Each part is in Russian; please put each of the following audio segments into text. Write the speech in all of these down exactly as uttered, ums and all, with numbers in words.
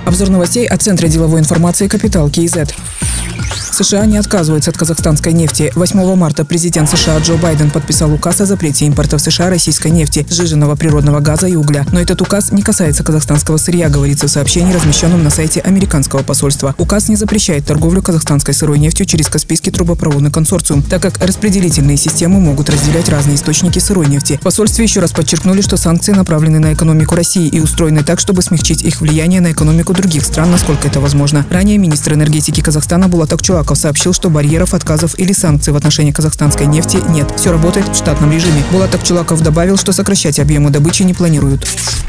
Обзор новостей от Центра деловой информации «Капитал КИЗ». США не отказываются от казахстанской нефти. восьмого марта президент США Джо Байден подписал указ о запрете импорта в США российской нефти, сжиженного природного газа и угля. Но этот указ не касается казахстанского сырья, говорится в сообщении, размещенном на сайте американского посольства. Указ не запрещает торговлю казахстанской сырой нефтью через Каспийский трубопроводный консорциум, так как распределительные системы могут разделять разные источники сырой нефти. В посольстве еще раз подчеркнули, что санкции направлены на экономику России и устроены так, чтобы смягчить их влияние на экономику других стран, насколько это возможно. Ранее министр энергетики Казахстана Булат Акчулаков сообщил, что барьеров, отказов или санкций в отношении казахстанской нефти нет. Все работает в штатном режиме. Булат Акчулаков добавил, что сокращать объемы добычи не планируют.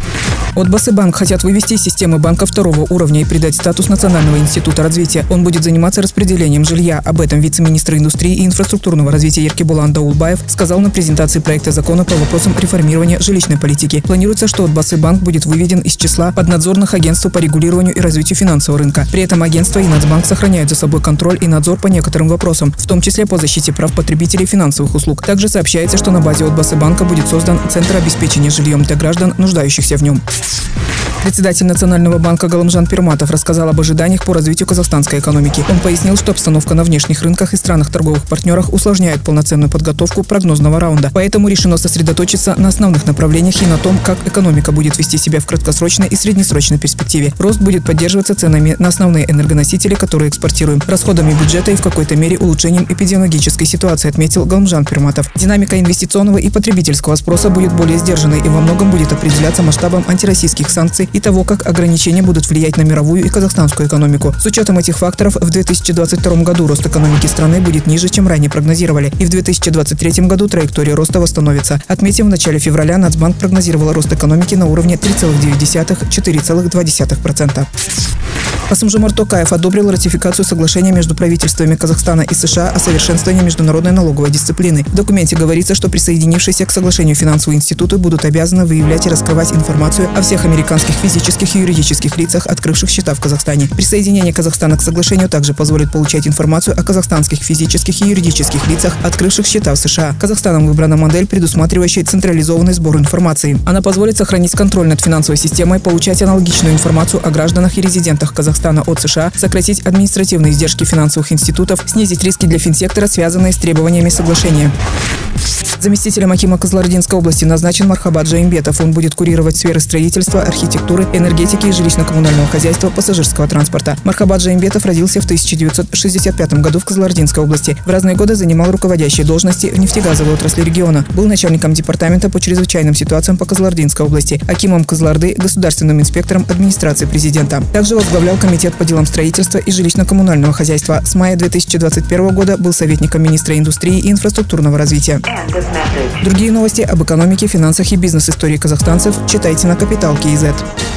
Отбасыбанк хотят вывести из системы банка второго уровня и придать статус Национального института развития. Он будет заниматься распределением жилья. Об этом вице-министр индустрии и инфраструктурного развития Еркебулан Даулбаев сказал на презентации проекта закона по вопросам реформирования жилищной политики. Планируется, что Отбасыбанк будет выведен из числа поднадзорных агентств по регулированию и развитию финансового рынка. При этом агентство и Нацбанк сохраняют за собой контроль и надзор по некоторым вопросам, в том числе по защите прав потребителей финансовых услуг. Также сообщается, что на базе Отбасыбанка будет создан Центр обеспечения жильем для граждан, нуждающихся в нем. Председатель Национального банка Галымжан Пирматов рассказал об ожиданиях по развитию казахстанской экономики. Он пояснил, что обстановка на внешних рынках и странах торговых партнерах усложняет полноценную подготовку прогнозного раунда. Поэтому решено сосредоточиться на основных направлениях и на том, как экономика будет вести себя в краткосрочной и среднесрочной перспективе. Рост будет поддерживаться ценами на основные энергоносители, которые экспортируем, расходами бюджета и в какой-то мере улучшением эпидемиологической ситуации, отметил Галымжан Пирматов. Динамика инвестиционного и потребительского спроса будет более сдержанной и во многом будет определяться масштабом антироссийских санкций и того, как ограничения будут влиять на мировую и казахстанскую экономику. С учетом этих факторов в две тысячи двадцать втором году рост экономики страны будет ниже, чем ранее прогнозировали. И в две тысячи двадцать третьем году траектория роста восстановится. Отметим, в начале февраля Нацбанк прогнозировал рост экономики на уровне три целых девять десятых — четыре целых два десятых процента. Касым-Жомарт Токаев одобрил ратификацию соглашения между правительствами Казахстана и США о совершенствовании международной налоговой дисциплины. В документе говорится, что присоединившиеся к соглашению финансовые институты будут обязаны выявлять и раскрывать информацию о всех американских физических и юридических лицах, открывших счета в Казахстане. Присоединение Казахстана к соглашению также позволит получать информацию о казахстанских физических и юридических лицах, открывших счета в США. Казахстаном выбрана модель, предусматривающая централизованный сбор информации. Она позволит сохранить контроль над финансовой системой, получать аналогичную информацию о гражданах и резидентах Казахстана от США, сократить административные издержки финансовых институтов, снизить риски для финсектора, связанные с требованиями соглашения. Заместителем акима Кызылординской области назначен Мархабат Жаимбетов. Он будет курировать сферы строительства, архитектуры, энергетики и жилищно-коммунального хозяйства, пассажирского транспорта. Мархабат Жаимбетов родился в тысяча девятьсот шестьдесят пятом году в Кызылординской области. В разные годы занимал руководящие должности в нефтегазовой отрасли региона. Был начальником департамента по чрезвычайным ситуациям по Кызылординской области, акимом Кызылорды, государственным инспектором администрации президента. Также возглавлял комитет по делам строительства и жилищно-коммунального хозяйства. С мая две тысячи двадцать первого года был советником министра индустрии и инфраструктурного развития. Другие новости об экономике, финансах и бизнес-истории казахстанцев читайте на Капитал КИЗ.